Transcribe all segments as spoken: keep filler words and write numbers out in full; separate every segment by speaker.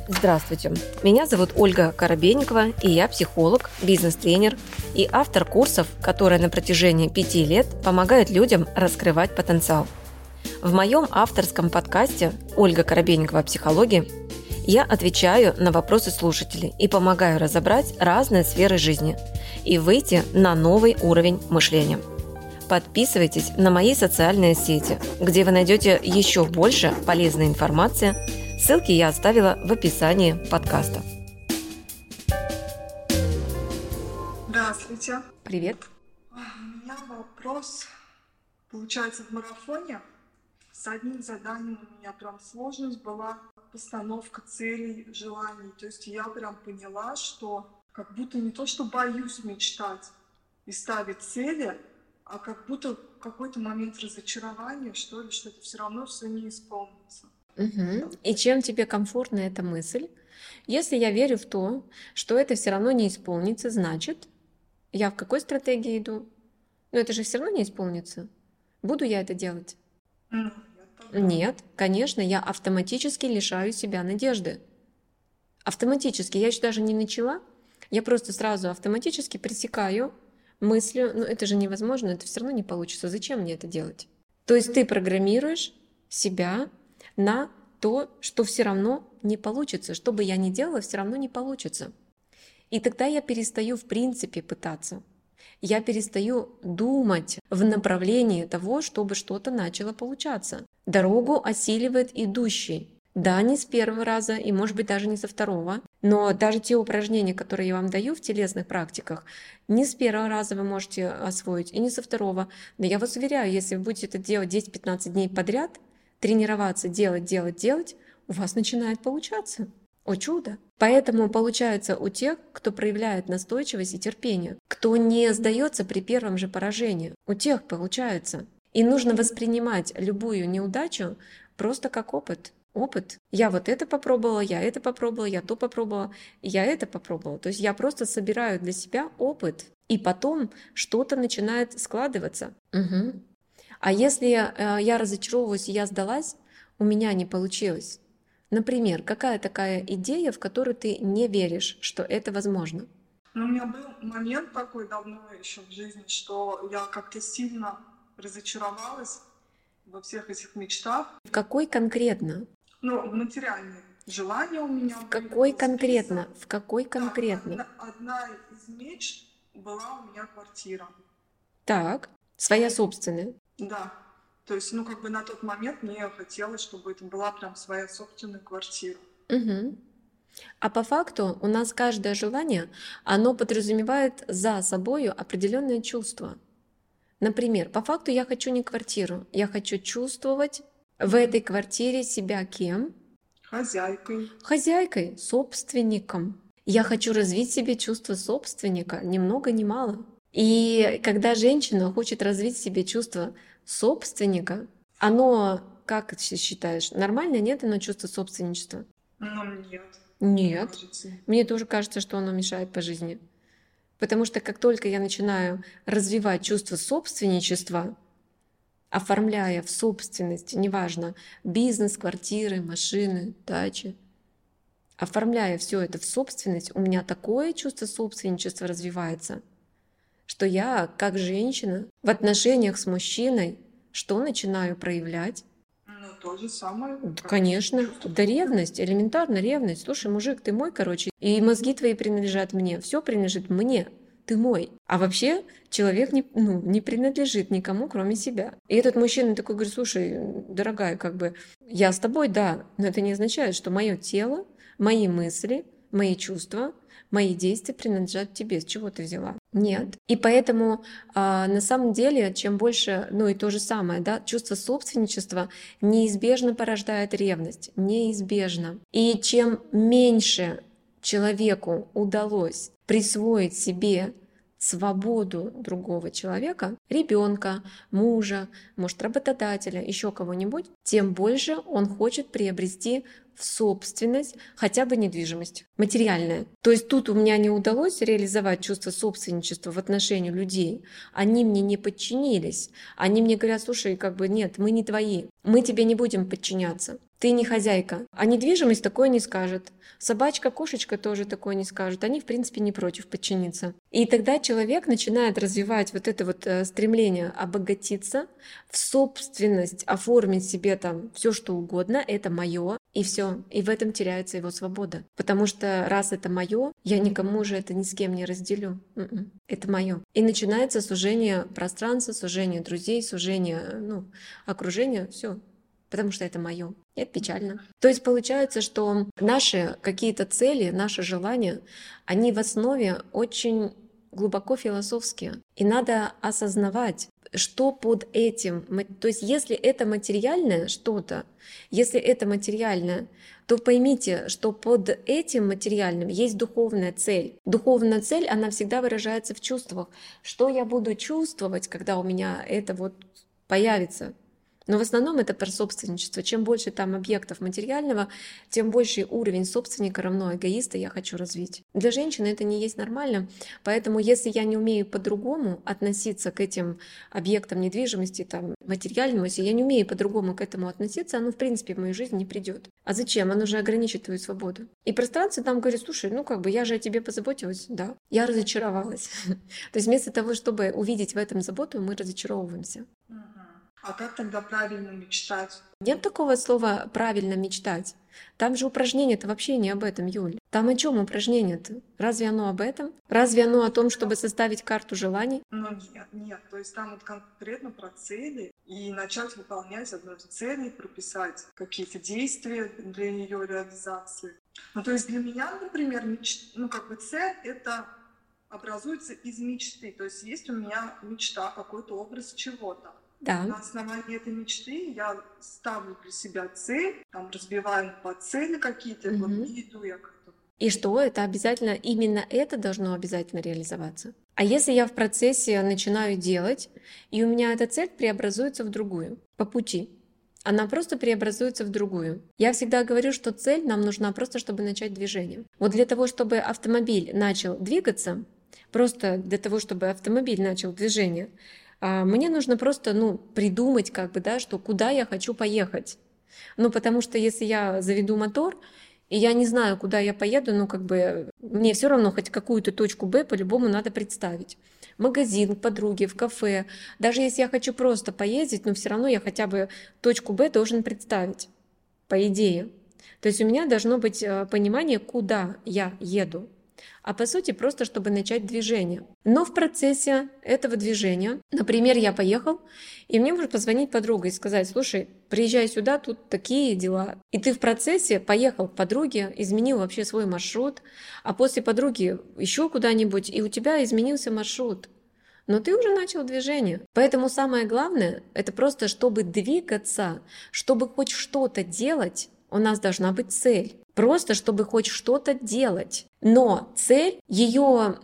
Speaker 1: Здравствуйте, меня зовут Ольга Коробейникова, и я психолог, бизнес-тренер и автор курсов, которые на протяжении пяти лет помогают людям раскрывать потенциал. В моем авторском подкасте «Ольга Коробейникова о психологии» я отвечаю на вопросы слушателей и помогаю разобрать разные сферы жизни и выйти на новый уровень мышления. Подписывайтесь на мои социальные сети, где вы найдете еще больше полезной информации. Ссылки я оставила в описании подкаста.
Speaker 2: Здравствуйте.
Speaker 1: Привет.
Speaker 2: У меня вопрос. Получается, в марафоне с одним заданием у меня прям сложность была постановка целей, желаний. То есть я прям поняла, что как будто не то, что боюсь мечтать и ставить цели, а как будто в какой-то момент разочарования, что ли, что это все равно все не исполнится.
Speaker 1: Угу. И чем тебе комфортна эта мысль? Если я верю в то, что это все равно не исполнится, значит, я в какой стратегии иду? Но это же все равно не исполнится. Буду я это делать?
Speaker 2: Ну,
Speaker 1: Нет, конечно, я автоматически лишаю себя надежды. Автоматически. Я еще даже не начала. Я просто сразу автоматически пресекаю мыслью, ну это же невозможно, это все равно не получится. Зачем мне это делать? То есть ты программируешь себя на то, что все равно не получится. Что бы я ни делала, все равно не получится. И тогда я перестаю в принципе пытаться. Я перестаю думать в направлении того, чтобы что-то начало получаться. Дорогу осиливает идущий. Да, не с первого раза, и может быть даже не со второго. Но даже те упражнения, которые я вам даю в телесных практиках, не с первого раза вы можете освоить, и не со второго. Но я вас уверяю, если вы будете это делать десять-пятнадцать дней подряд, тренироваться, делать, делать, делать, у вас начинает получаться. О чудо! Поэтому получается у тех, кто проявляет настойчивость и терпение, кто не сдается при первом же поражении, у тех получается. И нужно воспринимать любую неудачу просто как опыт. Опыт. Я вот это попробовала, я это попробовала, я то попробовала, я это попробовала. То есть я просто собираю для себя опыт, и потом что-то начинает складываться. Угу. А если э, я разочаровываюсь и я сдалась, у меня не получилось. Например, какая такая идея, в которую ты не веришь, что это возможно?
Speaker 2: Ну, у меня был момент такой давно еще в жизни, что я как-то сильно разочаровалась во всех этих мечтах.
Speaker 1: В какой конкретно?
Speaker 2: Ну, в материальные желания у меня
Speaker 1: В
Speaker 2: были.
Speaker 1: какой
Speaker 2: был
Speaker 1: конкретно?
Speaker 2: список.
Speaker 1: В какой конкретно?
Speaker 2: Да, одна, одна из мечт была у меня квартира.
Speaker 1: Так, своя собственная.
Speaker 2: Да. То есть, ну, как бы на тот момент мне хотелось, чтобы это была прям своя собственная квартира.
Speaker 1: Угу. А по факту у нас каждое желание, оно подразумевает за собою определенное чувство. Например, по факту я хочу не квартиру, я хочу чувствовать в этой квартире себя кем?
Speaker 2: Хозяйкой.
Speaker 1: Хозяйкой, собственником. Я хочу развить в себе чувство собственника, ни много ни мало. И когда женщина хочет развить в себе чувство собственника, оно, как ты считаешь, нормально, нет, оно чувство собственничества?
Speaker 2: Ну, нет.
Speaker 1: Нет.
Speaker 2: Кажется.
Speaker 1: Мне тоже кажется, что оно мешает по жизни. Потому что как только я начинаю развивать чувство собственничества, оформляя в собственность, неважно, бизнес, квартиры, машины, дачи, оформляя все это в собственность, у меня такое чувство собственничества развивается, что я, как женщина, в отношениях с мужчиной, что начинаю проявлять?
Speaker 2: Ну, то же самое.
Speaker 1: Конечно, да ревность, элементарно ревность. Слушай, мужик, ты мой, короче, и мозги твои принадлежат мне, все принадлежит мне, ты мой. А вообще человек не, ну, не принадлежит никому, кроме себя. И этот мужчина такой говорит, слушай, дорогая, как бы, я с тобой, да, но это не означает, что мое тело, мои мысли, мои чувства, мои действия принадлежат тебе. С чего ты взяла? Нет. И поэтому а, на самом деле, чем больше, ну и то же самое, да, чувство собственничества неизбежно порождает ревность. Неизбежно. И чем меньше человеку удалось присвоить себе свободу другого человека, ребенка, мужа, может, работодателя, еще кого-нибудь, тем больше он хочет приобрести в собственность хотя бы недвижимость материальная. То есть тут у меня не удалось реализовать чувство собственничества в отношении людей. Они мне не подчинились. Они мне говорят: слушай, как бы нет, мы не твои, мы тебе не будем подчиняться. Ты не хозяйка. А недвижимость такое не скажет. Собачка, кошечка тоже такое не скажут. Они, в принципе, не против подчиниться. И тогда человек начинает развивать вот это вот стремление обогатиться, в собственность оформить себе там все, что угодно, это мое, и все. И в этом теряется его свобода. Потому что раз это мое, я никому уже это ни с кем не разделю. М-м. Это мое. И начинается сужение пространства, сужение друзей, сужение, ну, окружения, все. Потому что это мое. И это печально. То есть получается, что наши какие-то цели, наши желания, они в основе очень глубоко философские. И надо осознавать, что под этим. То есть если это материальное что-то, если это материальное, то поймите, что под этим материальным есть духовная цель. Духовная цель, она всегда выражается в чувствах. Что я буду чувствовать, когда у меня это вот появится? Но в основном это про собственничество. Чем больше там объектов материального, тем больший уровень собственника равно эгоиста я хочу развить. Для женщины это не есть нормально, поэтому если я не умею по-другому относиться к этим объектам недвижимости, там, материальному, если я не умею по-другому к этому относиться, оно в принципе в мою жизнь не придет. А зачем? Оно же ограничит твою свободу. И пространство там говорит: слушай, ну как бы я же о тебе позаботилась, да, я разочаровалась. То есть вместо того, чтобы увидеть в этом заботу, мы разочаровываемся.
Speaker 2: А как тогда правильно мечтать?
Speaker 1: Нет такого слова «правильно мечтать». Там же упражнение-то вообще не об этом, Юль. Там о чем упражнение-то? Разве оно об этом? Разве оно о том, чтобы составить карту желаний?
Speaker 2: Ну нет, нет. То есть там вот конкретно про цели и начать выполнять одну из целей, прописать какие-то действия для ее реализации. Ну то есть для меня, например, меч... ну как бы цель — это образуется из мечты. То есть есть у меня мечта, какой-то образ чего-то.
Speaker 1: Да.
Speaker 2: На основании этой мечты я ставлю для себя цель, там разбиваем по цели какие-то,
Speaker 1: Мгм.
Speaker 2: вот, и иду я к этому.
Speaker 1: И что это обязательно, именно это должно обязательно реализоваться. А если я в процессе начинаю делать, и у меня эта цель преобразуется в другую, по пути, она просто преобразуется в другую. Я всегда говорю, что цель нам нужна просто, чтобы начать движение. Вот для того, чтобы автомобиль начал двигаться, просто для того, чтобы автомобиль начал движение, а, мне нужно просто, ну, придумать, как бы, да, что куда я хочу поехать. Ну, потому что если я заведу мотор, и я не знаю, куда я поеду, ну, как бы, мне все равно хоть какую-то точку Б по-любому надо представить. Магазин, к подруге, в кафе. Даже если я хочу просто поездить, но все равно я хотя бы точку Б должен представить, по идее. То есть у меня должно быть э, понимание, куда я еду. А по сути просто, чтобы начать движение. Но в процессе этого движения, например, я поехал, и мне может позвонить подруга и сказать: слушай, приезжай сюда, тут такие дела. И ты в процессе поехал к подруге, изменил вообще свой маршрут, а после подруги еще куда-нибудь, и у тебя изменился маршрут. Но ты уже начал движение. Поэтому самое главное, это просто, чтобы двигаться, чтобы хоть что-то делать, у нас должна быть цель. Просто чтобы хоть что-то делать. Но цель, ее,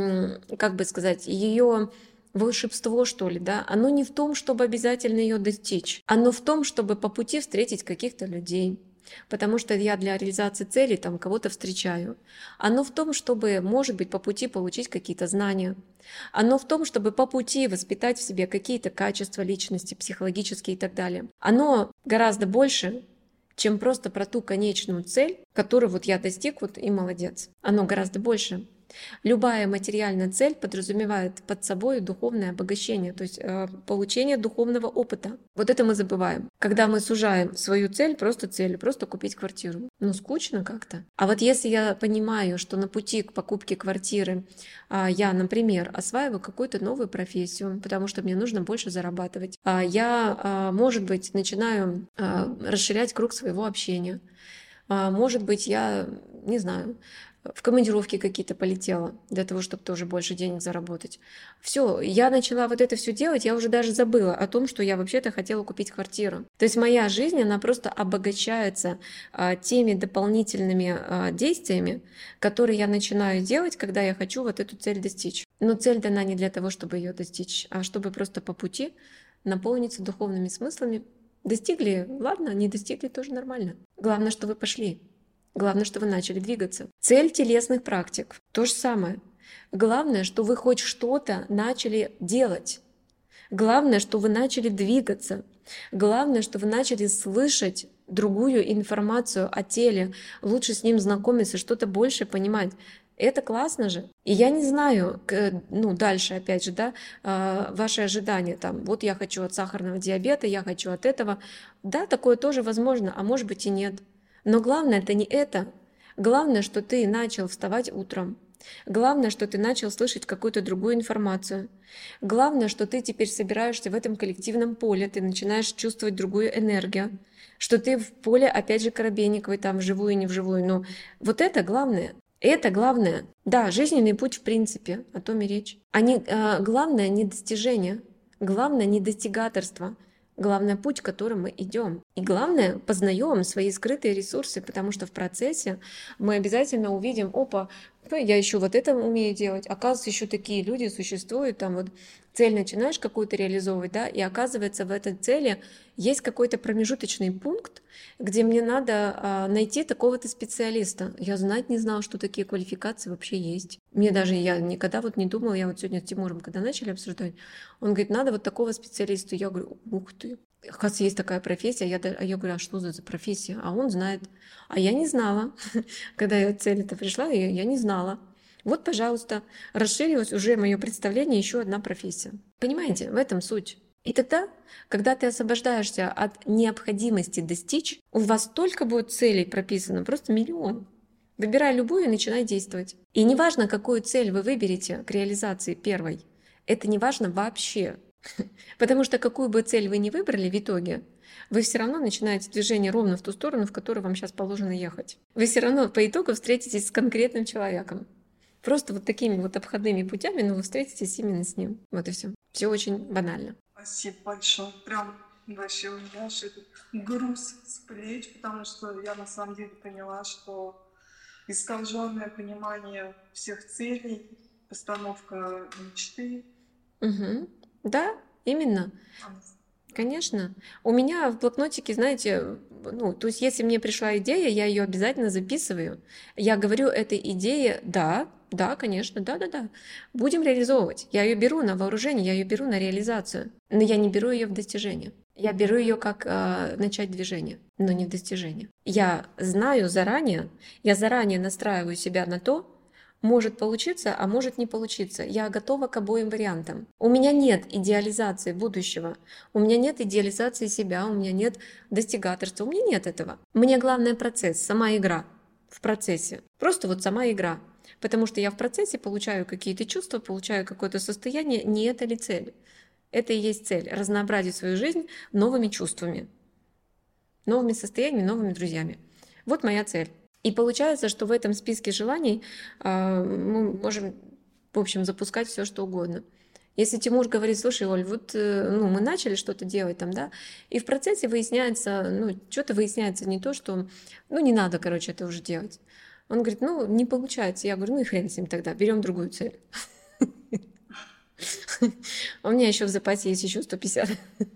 Speaker 1: как бы сказать, ее волшебство, что ли, да, оно не в том, чтобы обязательно ее достичь. Оно в том, чтобы по пути встретить каких-то людей. Потому что я для реализации цели там кого-то встречаю. Оно в том, чтобы, может быть, по пути получить какие-то знания. Оно в том, чтобы по пути воспитать в себе какие-то качества личности, психологические и так далее. Оно гораздо больше, чем просто про ту конечную цель, которую вот я достиг, вот и молодец. Оно гораздо больше. Любая материальная цель подразумевает под собой духовное обогащение, то есть э, получение духовного опыта. Вот это мы забываем. Когда мы сужаем свою цель, просто цель, просто купить квартиру. Ну, скучно как-то. А вот если я понимаю, что на пути к покупке квартиры э, я, например, осваиваю какую-то новую профессию, потому что мне нужно больше зарабатывать, э, я, э, может быть, начинаю э, расширять круг своего общения. Э, может быть, я, не знаю, в командировки какие-то полетела для того, чтобы тоже больше денег заработать. Все, я начала вот это все делать, я уже даже забыла о том, что я вообще-то хотела купить квартиру. То есть моя жизнь, она просто обогащается а, теми дополнительными а, действиями, которые я начинаю делать, когда я хочу вот эту цель достичь. Но цель дана не для того, чтобы ее достичь, а чтобы просто по пути наполниться духовными смыслами. Достигли, ладно, не достигли, тоже нормально. Главное, что вы пошли. Главное, что вы начали двигаться. Цель телесных практик — то же самое. Главное, что вы хоть что-то начали делать. Главное, что вы начали двигаться. Главное, что вы начали слышать другую информацию о теле, лучше с ним знакомиться, что-то больше понимать. Это классно же. И я не знаю, ну, дальше, опять же, да, ваши ожидания, там, вот я хочу от сахарного диабета, я хочу от этого. Да, такое тоже возможно, а может быть и нет. Но главное это не это. Главное, что ты начал вставать утром. Главное, что ты начал слышать какую-то другую информацию. Главное, что ты теперь собираешься в этом коллективном поле, ты начинаешь чувствовать другую энергию, что ты в поле, опять же, Коробейниковой, там, вживую и не вживую. Но вот это главное. Это главное. Да, жизненный путь в принципе, о том и речь. А не, а, главное не достижение, главное не достигаторство. Главное путь, которым мы идем. И главное, познаем свои скрытые ресурсы, потому что в процессе мы обязательно увидим, опа, я еще вот это умею делать. Оказывается, еще такие люди существуют, там вот цель начинаешь какую-то реализовывать, да, и оказывается, в этой цели есть какой-то промежуточный пункт, где мне надо а, найти такого-то специалиста. Я знать не знала, что такие квалификации вообще есть. Мне даже, я никогда вот не думала, я вот сегодня с Тимуром, когда начали обсуждать, он говорит, надо вот такого специалиста. Я говорю, ух ты, оказывается, есть такая профессия. Я, а я говорю, а что за профессия? А он знает. А я не знала. Когда я цель это пришла, я, я не знала. Вот, пожалуйста, расширилось уже мое представление, еще одна профессия. Понимаете, в этом суть. И тогда, когда ты освобождаешься от необходимости достичь, у вас столько будет целей прописано, просто миллион. Выбирай любую и начинай действовать. И неважно, какую цель вы выберете к реализации первой, это не важно вообще. Потому что какую бы цель вы ни выбрали в итоге, вы все равно начинаете движение ровно в ту сторону, в которую вам сейчас положено ехать. Вы все равно по итогу встретитесь с конкретным человеком. Просто вот такими вот обходными путями, но вы встретитесь именно с ним. Вот и все. Все очень банально.
Speaker 2: Спасибо большое. Прям вообще у меня аж этот груз с плеч, потому что я на самом деле поняла, что искаженное понимание всех целей, постановка мечты.
Speaker 1: Угу. Да, именно. Конечно. У меня в блокнотике, знаете, ну, то есть если мне пришла идея, я ее обязательно записываю. Я говорю этой идее, да, да, конечно, да-да-да, будем реализовывать. Я ее беру на вооружение, я ее беру на реализацию, но я не беру ее в достижение. Я беру ее как э, начать движение, но не в достижение. Я знаю заранее, я заранее настраиваю себя на то, может получиться, а может не получиться. Я готова к обоим вариантам. У меня нет идеализации будущего, у меня нет идеализации себя, у меня нет достигаторства, у меня нет этого. Мне главное процесс, сама игра в процессе. Просто вот сама игра. Потому что я в процессе получаю какие-то чувства, получаю какое-то состояние. Не это ли цель? Это и есть цель. Разнообразить свою жизнь новыми чувствами, новыми состояниями, новыми друзьями. Вот моя цель. И получается, что в этом списке желаний э, мы можем, в общем, запускать все, что угодно. Если Тимур говорит, слушай, Оль, вот э, ну, мы начали что-то делать там, да, и в процессе выясняется, ну, что-то выясняется не то, что, ну, не надо, короче, это уже делать. Он говорит, ну, не получается. Я говорю, ну и хрен с ним тогда, берем другую цель. У меня еще в запасе есть еще сто пятьдесят.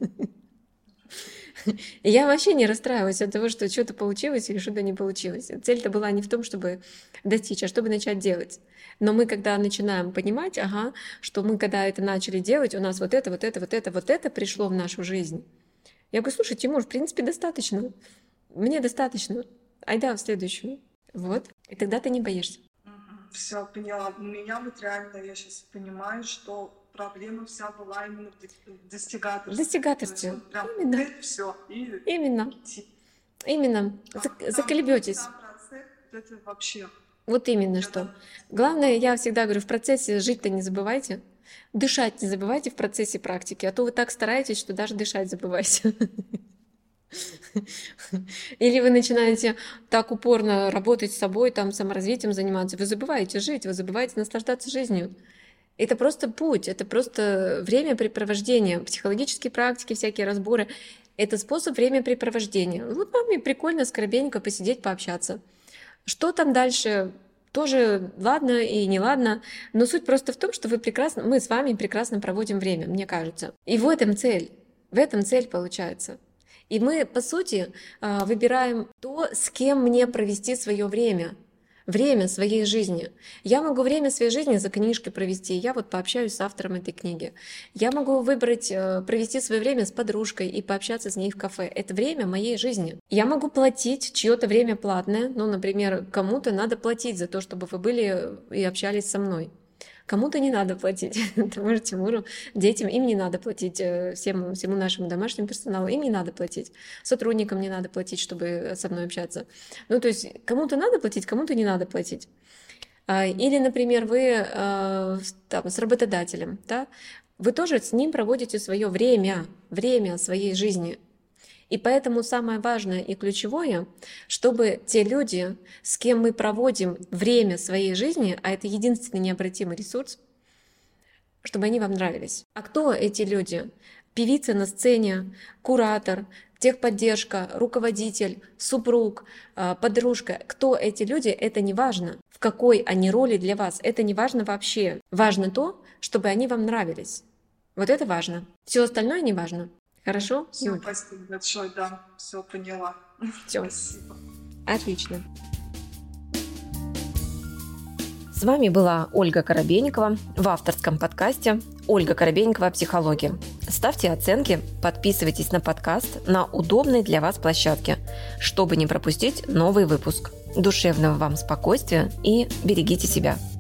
Speaker 1: И я вообще не расстраиваюсь от того, что что-то получилось или что-то не получилось. Цель-то была не в том, чтобы достичь, а чтобы начать делать. Но мы, когда начинаем понимать, ага, что мы, когда это начали делать, у нас вот это, вот это, вот это, вот это пришло в нашу жизнь. Я говорю, слушай, Тимур, в принципе, достаточно. Мне достаточно. Айда в следующую. Вот. И тогда ты не боишься.
Speaker 2: Все, поняла. У меня вот реально, я сейчас понимаю, что проблема вся была именно в достигаторстве.
Speaker 1: В достигаторстве.
Speaker 2: Вот прям
Speaker 1: Именно.
Speaker 2: Все. И
Speaker 1: Именно.
Speaker 2: идти.
Speaker 1: Именно.
Speaker 2: А
Speaker 1: Зак- заколебетесь.
Speaker 2: процесс, это вообще.
Speaker 1: Вот именно что. Главное, я всегда говорю, в процессе жить-то не забывайте. Дышать не забывайте в процессе практики, а то вы так стараетесь, что даже дышать забываете. Или вы начинаете так упорно работать с собой, там, саморазвитием заниматься, вы забываете жить, вы забываете наслаждаться жизнью. Это просто путь, это просто времяпрепровождение, психологические практики, всякие разборы. Это способ времяпрепровождения. Вот вам и прикольно, скоробенько посидеть, пообщаться. Что там дальше? Тоже ладно и не ладно, но суть просто в том, что вы прекрасно, мы с вами прекрасно проводим время, мне кажется. И в этом цель, в этом цель получается. И мы, по сути, выбираем то, с кем мне провести свое время. Время своей жизни. Я могу время своей жизни за книжкой провести. Я вот пообщаюсь с автором этой книги. Я могу выбрать, провести свое время с подружкой и пообщаться с ней в кафе. Это время моей жизни. Я могу платить чье-то время платное. Ну, например, кому-то надо платить за то, чтобы вы были и общались со мной. Кому-то не надо платить, тому же Тимуру, детям, им не надо платить, всем, всему нашему домашнему персоналу, им не надо платить, сотрудникам не надо платить, чтобы со мной общаться. Ну, то есть кому-то надо платить, кому-то не надо платить. Или, например, вы там, с работодателем, да, вы тоже с ним проводите свое время, время своей жизни. И поэтому самое важное и ключевое, чтобы те люди, с кем мы проводим время своей жизни, а это единственный необратимый ресурс, чтобы они вам нравились. А кто эти люди? Певица на сцене, куратор, техподдержка, руководитель, супруг, подружка. Кто эти люди, это не важно. В какой они роли для вас, это не важно вообще. Важно то, чтобы они вам нравились. Вот это важно. Все остальное не важно. Хорошо?
Speaker 2: Все, спасибо большое, да, все поняла.
Speaker 1: Все.
Speaker 2: Спасибо.
Speaker 1: Отлично. С вами была Ольга Коробейникова в авторском подкасте «Ольга Коробейникова. Психология». Ставьте оценки, подписывайтесь на подкаст на удобной для вас площадке, чтобы не пропустить новый выпуск. Душевного вам спокойствия и берегите себя.